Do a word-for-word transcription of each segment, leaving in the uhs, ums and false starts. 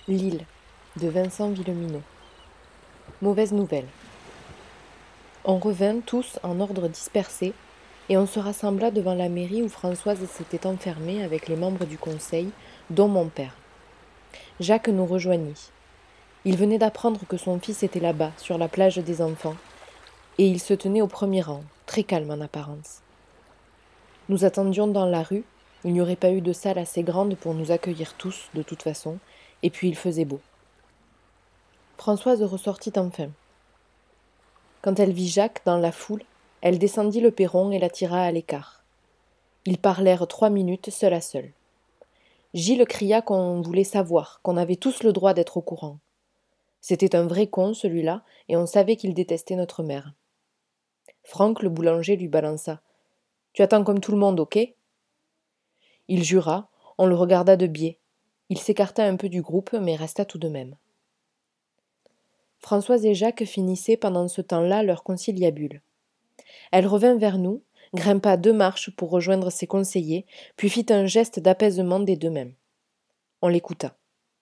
L'île de Vincent Villeminot. Mauvaise nouvelle. On revint tous en ordre dispersé et on se rassembla devant la mairie où Françoise s'était enfermée avec les membres du conseil, dont mon père. Jacques nous rejoignit. Il venait d'apprendre que son fils était là-bas, sur la plage des enfants, et il se tenait au premier rang, très calme en apparence. Nous attendions dans la rue, il n'y aurait pas eu de salle assez grande pour nous accueillir tous, de toute façon, et puis il faisait beau. Françoise ressortit enfin. Quand elle vit Jacques dans la foule, elle descendit le perron et l'attira à l'écart. Ils parlèrent trois minutes seul à seul. Gilles cria qu'on voulait savoir, qu'on avait tous le droit d'être au courant. C'était un vrai con, celui-là, et on savait qu'il détestait notre mère. Franck, le boulanger, lui balança. « Tu attends comme tout le monde, ok ?» Il jura, on le regarda de biais. Il s'écarta un peu du groupe, mais resta tout de même. Françoise et Jacques finissaient pendant ce temps-là leur conciliabule. Elle revint vers nous, grimpa deux marches pour rejoindre ses conseillers, puis fit un geste d'apaisement des deux mêmes. On l'écouta.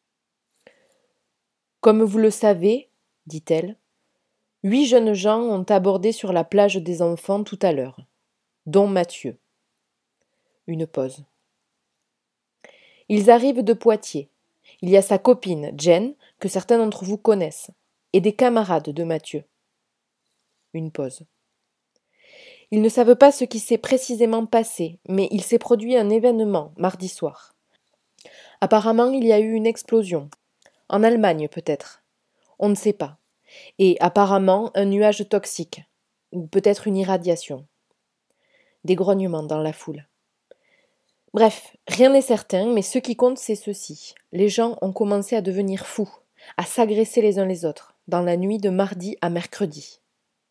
« Comme vous le savez, dit-elle, huit jeunes gens ont abordé sur la plage des enfants tout à l'heure, dont Mathieu. » Une pause. « Ils arrivent de Poitiers. Il y a sa copine, Jen, que certains d'entre vous connaissent, et des camarades de Mathieu. » Une pause. Ils ne savent pas ce qui s'est précisément passé, mais il s'est produit un événement mardi soir. Apparemment, il y a eu une explosion. En Allemagne, peut-être. On ne sait pas. Et apparemment, un nuage toxique. Ou peut-être une irradiation. Des grognements dans la foule. Bref, rien n'est certain, mais ce qui compte, c'est ceci. Les gens ont commencé à devenir fous, à s'agresser les uns les autres, dans la nuit de mardi à mercredi.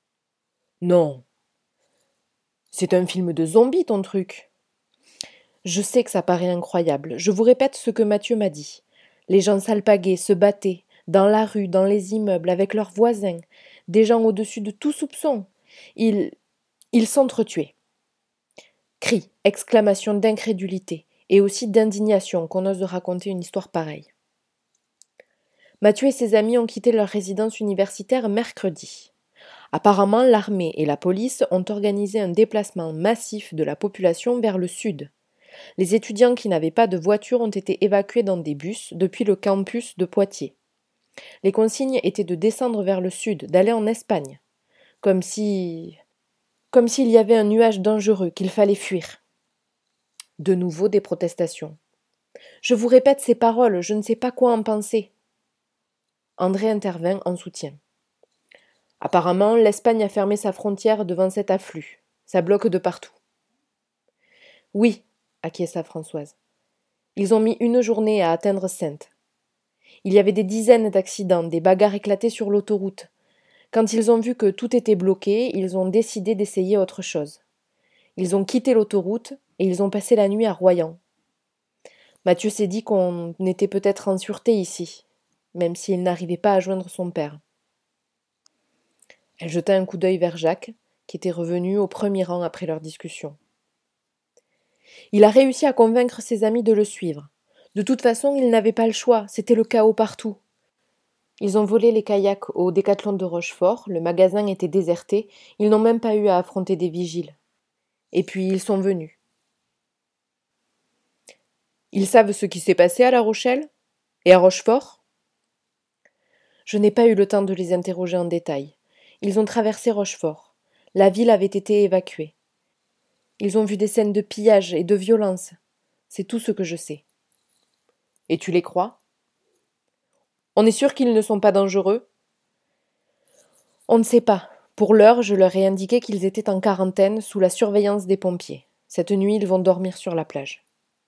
Non. C'est un film de zombies, ton truc. Je sais que ça paraît incroyable. Je vous répète ce que Mathieu m'a dit. Les gens s'alpaguaient, se battaient, dans la rue, dans les immeubles, avec leurs voisins, des gens au-dessus de tout soupçon. Ils... ils s'entretuaient. Cris, exclamations d'incrédulité et aussi d'indignation qu'on ose raconter une histoire pareille. Mathieu et ses amis ont quitté leur résidence universitaire mercredi. Apparemment, l'armée et la police ont organisé un déplacement massif de la population vers le sud. Les étudiants qui n'avaient pas de voiture ont été évacués dans des bus depuis le campus de Poitiers. Les consignes étaient de descendre vers le sud, d'aller en Espagne. Comme si... comme s'il y avait un nuage dangereux qu'il fallait fuir. De nouveau des protestations. Je vous répète ces paroles, je ne sais pas quoi en penser. André intervint en soutien. Apparemment, l'Espagne a fermé sa frontière devant cet afflux. Ça bloque de partout. Oui, acquiesça Françoise. Ils ont mis une journée à atteindre Saintes. Il y avait des dizaines d'accidents, des bagarres éclatées sur l'autoroute. Quand ils ont vu que tout était bloqué, ils ont décidé d'essayer autre chose. Ils ont quitté l'autoroute et ils ont passé la nuit à Royan. Mathieu s'est dit qu'on était peut-être en sûreté ici, même s'il n'arrivait pas à joindre son père. Elle jeta un coup d'œil vers Jacques, qui était revenu au premier rang après leur discussion. Il a réussi à convaincre ses amis de le suivre. De toute façon, ils n'avaient pas le choix, c'était le chaos partout. Ils ont volé les kayaks au Décathlon de Rochefort, le magasin était déserté, ils n'ont même pas eu à affronter des vigiles. Et puis ils sont venus. Ils savent ce qui s'est passé à La Rochelle ? Et à Rochefort ? Je n'ai pas eu le temps de les interroger en détail. Ils ont traversé Rochefort. La ville avait été évacuée. Ils ont vu des scènes de pillage et de violence. C'est tout ce que je sais. Et tu les crois ? On est sûr qu'ils ne sont pas dangereux ? On ne sait pas. Pour l'heure, je leur ai indiqué qu'ils étaient en quarantaine sous la surveillance des pompiers. Cette nuit, ils vont dormir sur la plage.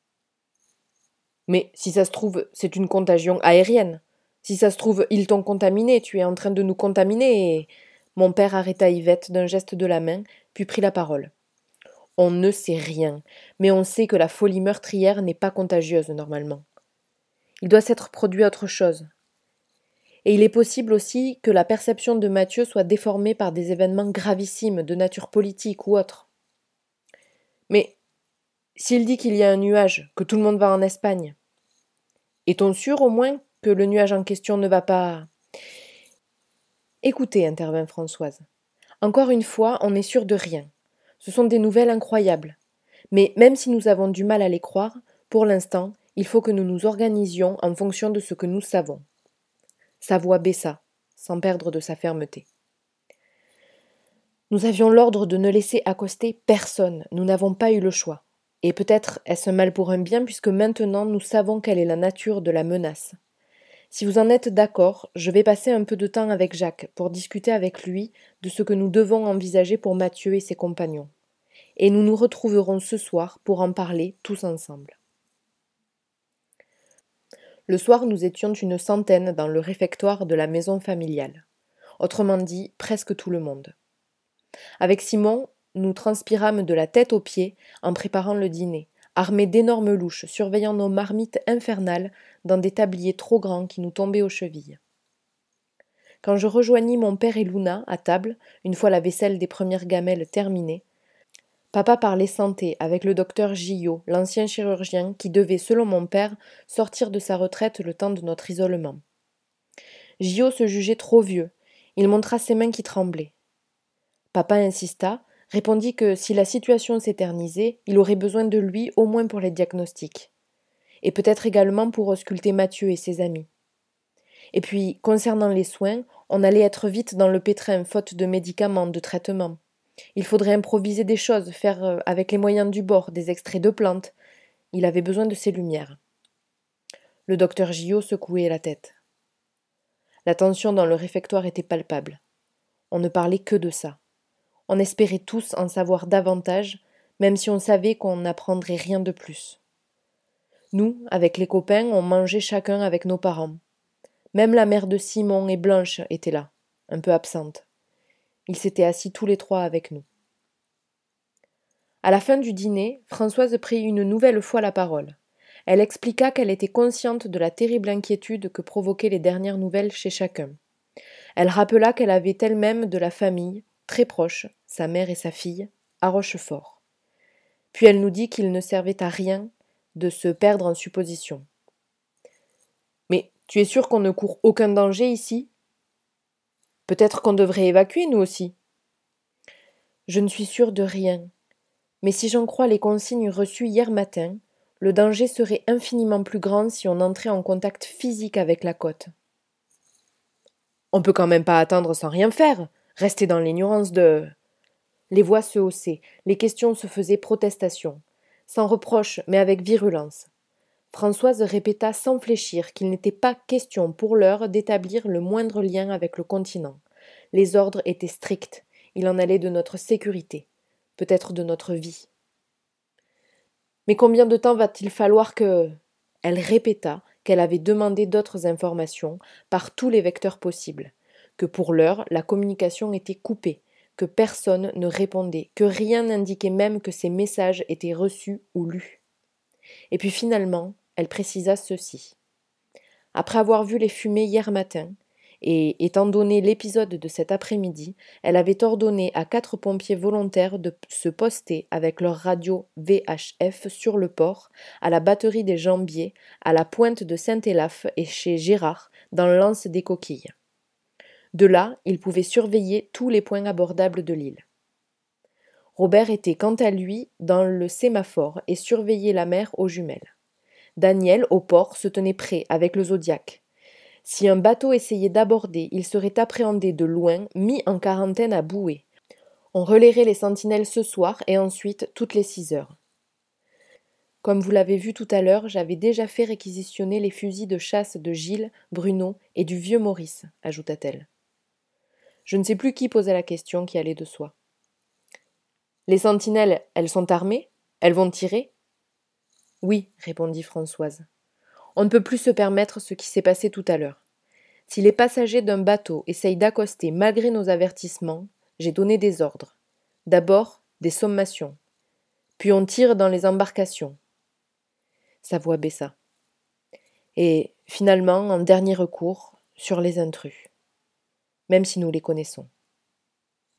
Mais si ça se trouve, c'est une contagion aérienne. Si ça se trouve, ils t'ont contaminé, tu es en train de nous contaminer et... Mon père arrêta Yvette d'un geste de la main, puis prit la parole. On ne sait rien, mais on sait que la folie meurtrière n'est pas contagieuse normalement. Il doit s'être produit autre chose. Et il est possible aussi que la perception de Mathieu soit déformée par des événements gravissimes de nature politique ou autre. Mais s'il dit qu'il y a un nuage, que tout le monde va en Espagne, est-on sûr au moins que le nuage en question ne va pas... Écoutez, intervint Françoise. Encore une fois, on n'est sûr de rien. Ce sont des nouvelles incroyables. Mais même si nous avons du mal à les croire, pour l'instant, il faut que nous nous organisions en fonction de ce que nous savons. Sa voix baissa, sans perdre de sa fermeté. Nous avions l'ordre de ne laisser accoster personne, nous n'avons pas eu le choix. Et peut-être est-ce un mal pour un bien, puisque maintenant nous savons quelle est la nature de la menace. Si vous en êtes d'accord, je vais passer un peu de temps avec Jacques pour discuter avec lui de ce que nous devons envisager pour Mathieu et ses compagnons. Et nous nous retrouverons ce soir pour en parler tous ensemble. Le soir, nous étions une centaine dans le réfectoire de la maison familiale. Autrement dit, presque tout le monde. Avec Simon, nous transpirâmes de la tête aux pieds en préparant le dîner, armés d'énormes louches, surveillant nos marmites infernales dans des tabliers trop grands qui nous tombaient aux chevilles. Quand je rejoignis mon père et Luna à table, une fois la vaisselle des premières gamelles terminée, papa parlait santé avec le docteur Gillot, l'ancien chirurgien qui devait, selon mon père, sortir de sa retraite le temps de notre isolement. Gillot se jugeait trop vieux. Il montra ses mains qui tremblaient. Papa insista, répondit que si la situation s'éternisait, il aurait besoin de lui au moins pour les diagnostics, et peut-être également pour ausculter Mathieu et ses amis. Et puis, concernant les soins, on allait être vite dans le pétrin, faute de médicaments, de traitements. Il faudrait improviser des choses, faire avec les moyens du bord, des extraits de plantes. Il avait besoin de ces lumières. Le docteur Gillot secouait la tête. La tension dans le réfectoire était palpable. On ne parlait que de ça. On espérait tous en savoir davantage, même si on savait qu'on n'apprendrait rien de plus. Nous, avec les copains, on mangeait chacun avec nos parents. Même la mère de Simon et Blanche était là, un peu absente. Ils s'étaient assis tous les trois avec nous. À la fin du dîner, Françoise prit une nouvelle fois la parole. Elle expliqua qu'elle était consciente de la terrible inquiétude que provoquaient les dernières nouvelles chez chacun. Elle rappela qu'elle avait elle-même de la famille, très proche, sa mère et sa fille, à Rochefort. Puis elle nous dit qu'il ne servait à rien de se perdre en suppositions. « Mais tu es sûr qu'on ne court aucun danger ici ? Peut-être qu'on devrait évacuer, nous aussi. » Je ne suis sûre de rien. Mais si j'en crois les consignes reçues hier matin, le danger serait infiniment plus grand si on entrait en contact physique avec la côte. On peut quand même pas attendre sans rien faire, rester dans l'ignorance de... Les voix se haussaient, les questions se faisaient protestation, sans reproche mais avec virulence. Françoise répéta sans fléchir qu'il n'était pas question pour l'heure d'établir le moindre lien avec le continent. Les ordres étaient stricts, il en allait de notre sécurité, peut-être de notre vie. Mais combien de temps va-t-il falloir que... Elle répéta qu'elle avait demandé d'autres informations par tous les vecteurs possibles, que pour l'heure la communication était coupée, que personne ne répondait, que rien n'indiquait même que ces messages étaient reçus ou lus. Et puis finalement, elle précisa ceci. Après avoir vu les fumées hier matin, et étant donné l'épisode de cet après-midi, elle avait ordonné à quatre pompiers volontaires de se poster avec leur radio V H F sur le port, à la batterie des Jambiers, à la pointe de Saint-Élaphe et chez Gérard, dans l'anse des Coquilles. De là, ils pouvaient surveiller tous les points abordables de l'île. Robert était quant à lui dans le sémaphore et surveillait la mer aux jumelles. Daniel, au port, se tenait prêt avec le Zodiac. Si un bateau essayait d'aborder, il serait appréhendé de loin, mis en quarantaine à bouée. On relayerait les sentinelles ce soir et ensuite toutes les six heures. Comme vous l'avez vu tout à l'heure, j'avais déjà fait réquisitionner les fusils de chasse de Gilles, Bruno et du vieux Maurice, ajouta-t-elle. Je ne sais plus qui posait la question qui allait de soi. Les sentinelles, elles sont armées ? Elles vont tirer ? Oui, répondit Françoise. On ne peut plus se permettre ce qui s'est passé tout à l'heure. Si les passagers d'un bateau essayent d'accoster malgré nos avertissements, j'ai donné des ordres. D'abord, des sommations. Puis on tire dans les embarcations. Sa voix baissa. Et, finalement, en dernier recours, sur les intrus. Même si nous les connaissons.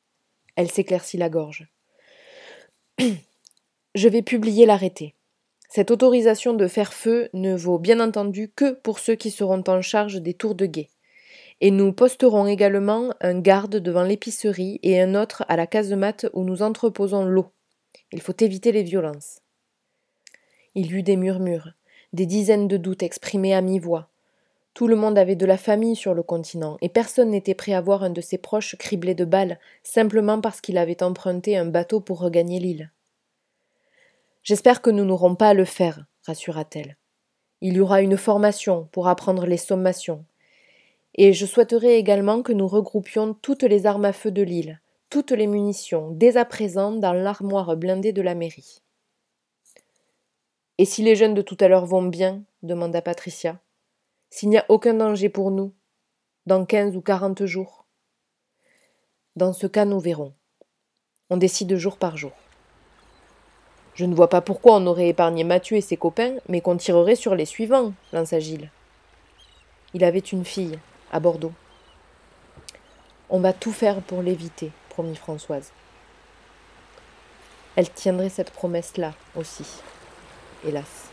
Elle s'éclaircit la gorge. Je vais publier l'arrêté. Cette autorisation de faire feu ne vaut bien entendu que pour ceux qui seront en charge des tours de guet. Et nous posterons également un garde devant l'épicerie et un autre à la casemate où nous entreposons l'eau. Il faut éviter les violences. Il y eut des murmures, des dizaines de doutes exprimés à mi-voix. Tout le monde avait de la famille sur le continent, et personne n'était prêt à voir un de ses proches criblé de balles, simplement parce qu'il avait emprunté un bateau pour regagner l'île. « J'espère que nous n'aurons pas à le faire, rassura-t-elle. Il y aura une formation pour apprendre les sommations. Et je souhaiterais également que nous regroupions toutes les armes à feu de l'île, toutes les munitions, dès à présent dans l'armoire blindée de la mairie. »« Et si les jeunes de tout à l'heure vont bien ? Demanda Patricia. S'il n'y a aucun danger pour nous, dans quinze ou quarante jours ? Dans ce cas, nous verrons. On décide jour par jour. Je ne vois pas pourquoi on aurait épargné Mathieu et ses copains, mais qu'on tirerait sur les suivants, lança Gilles. Il avait une fille, à Bordeaux. On va tout faire pour l'éviter, promit Françoise. Elle tiendrait cette promesse-là aussi, hélas.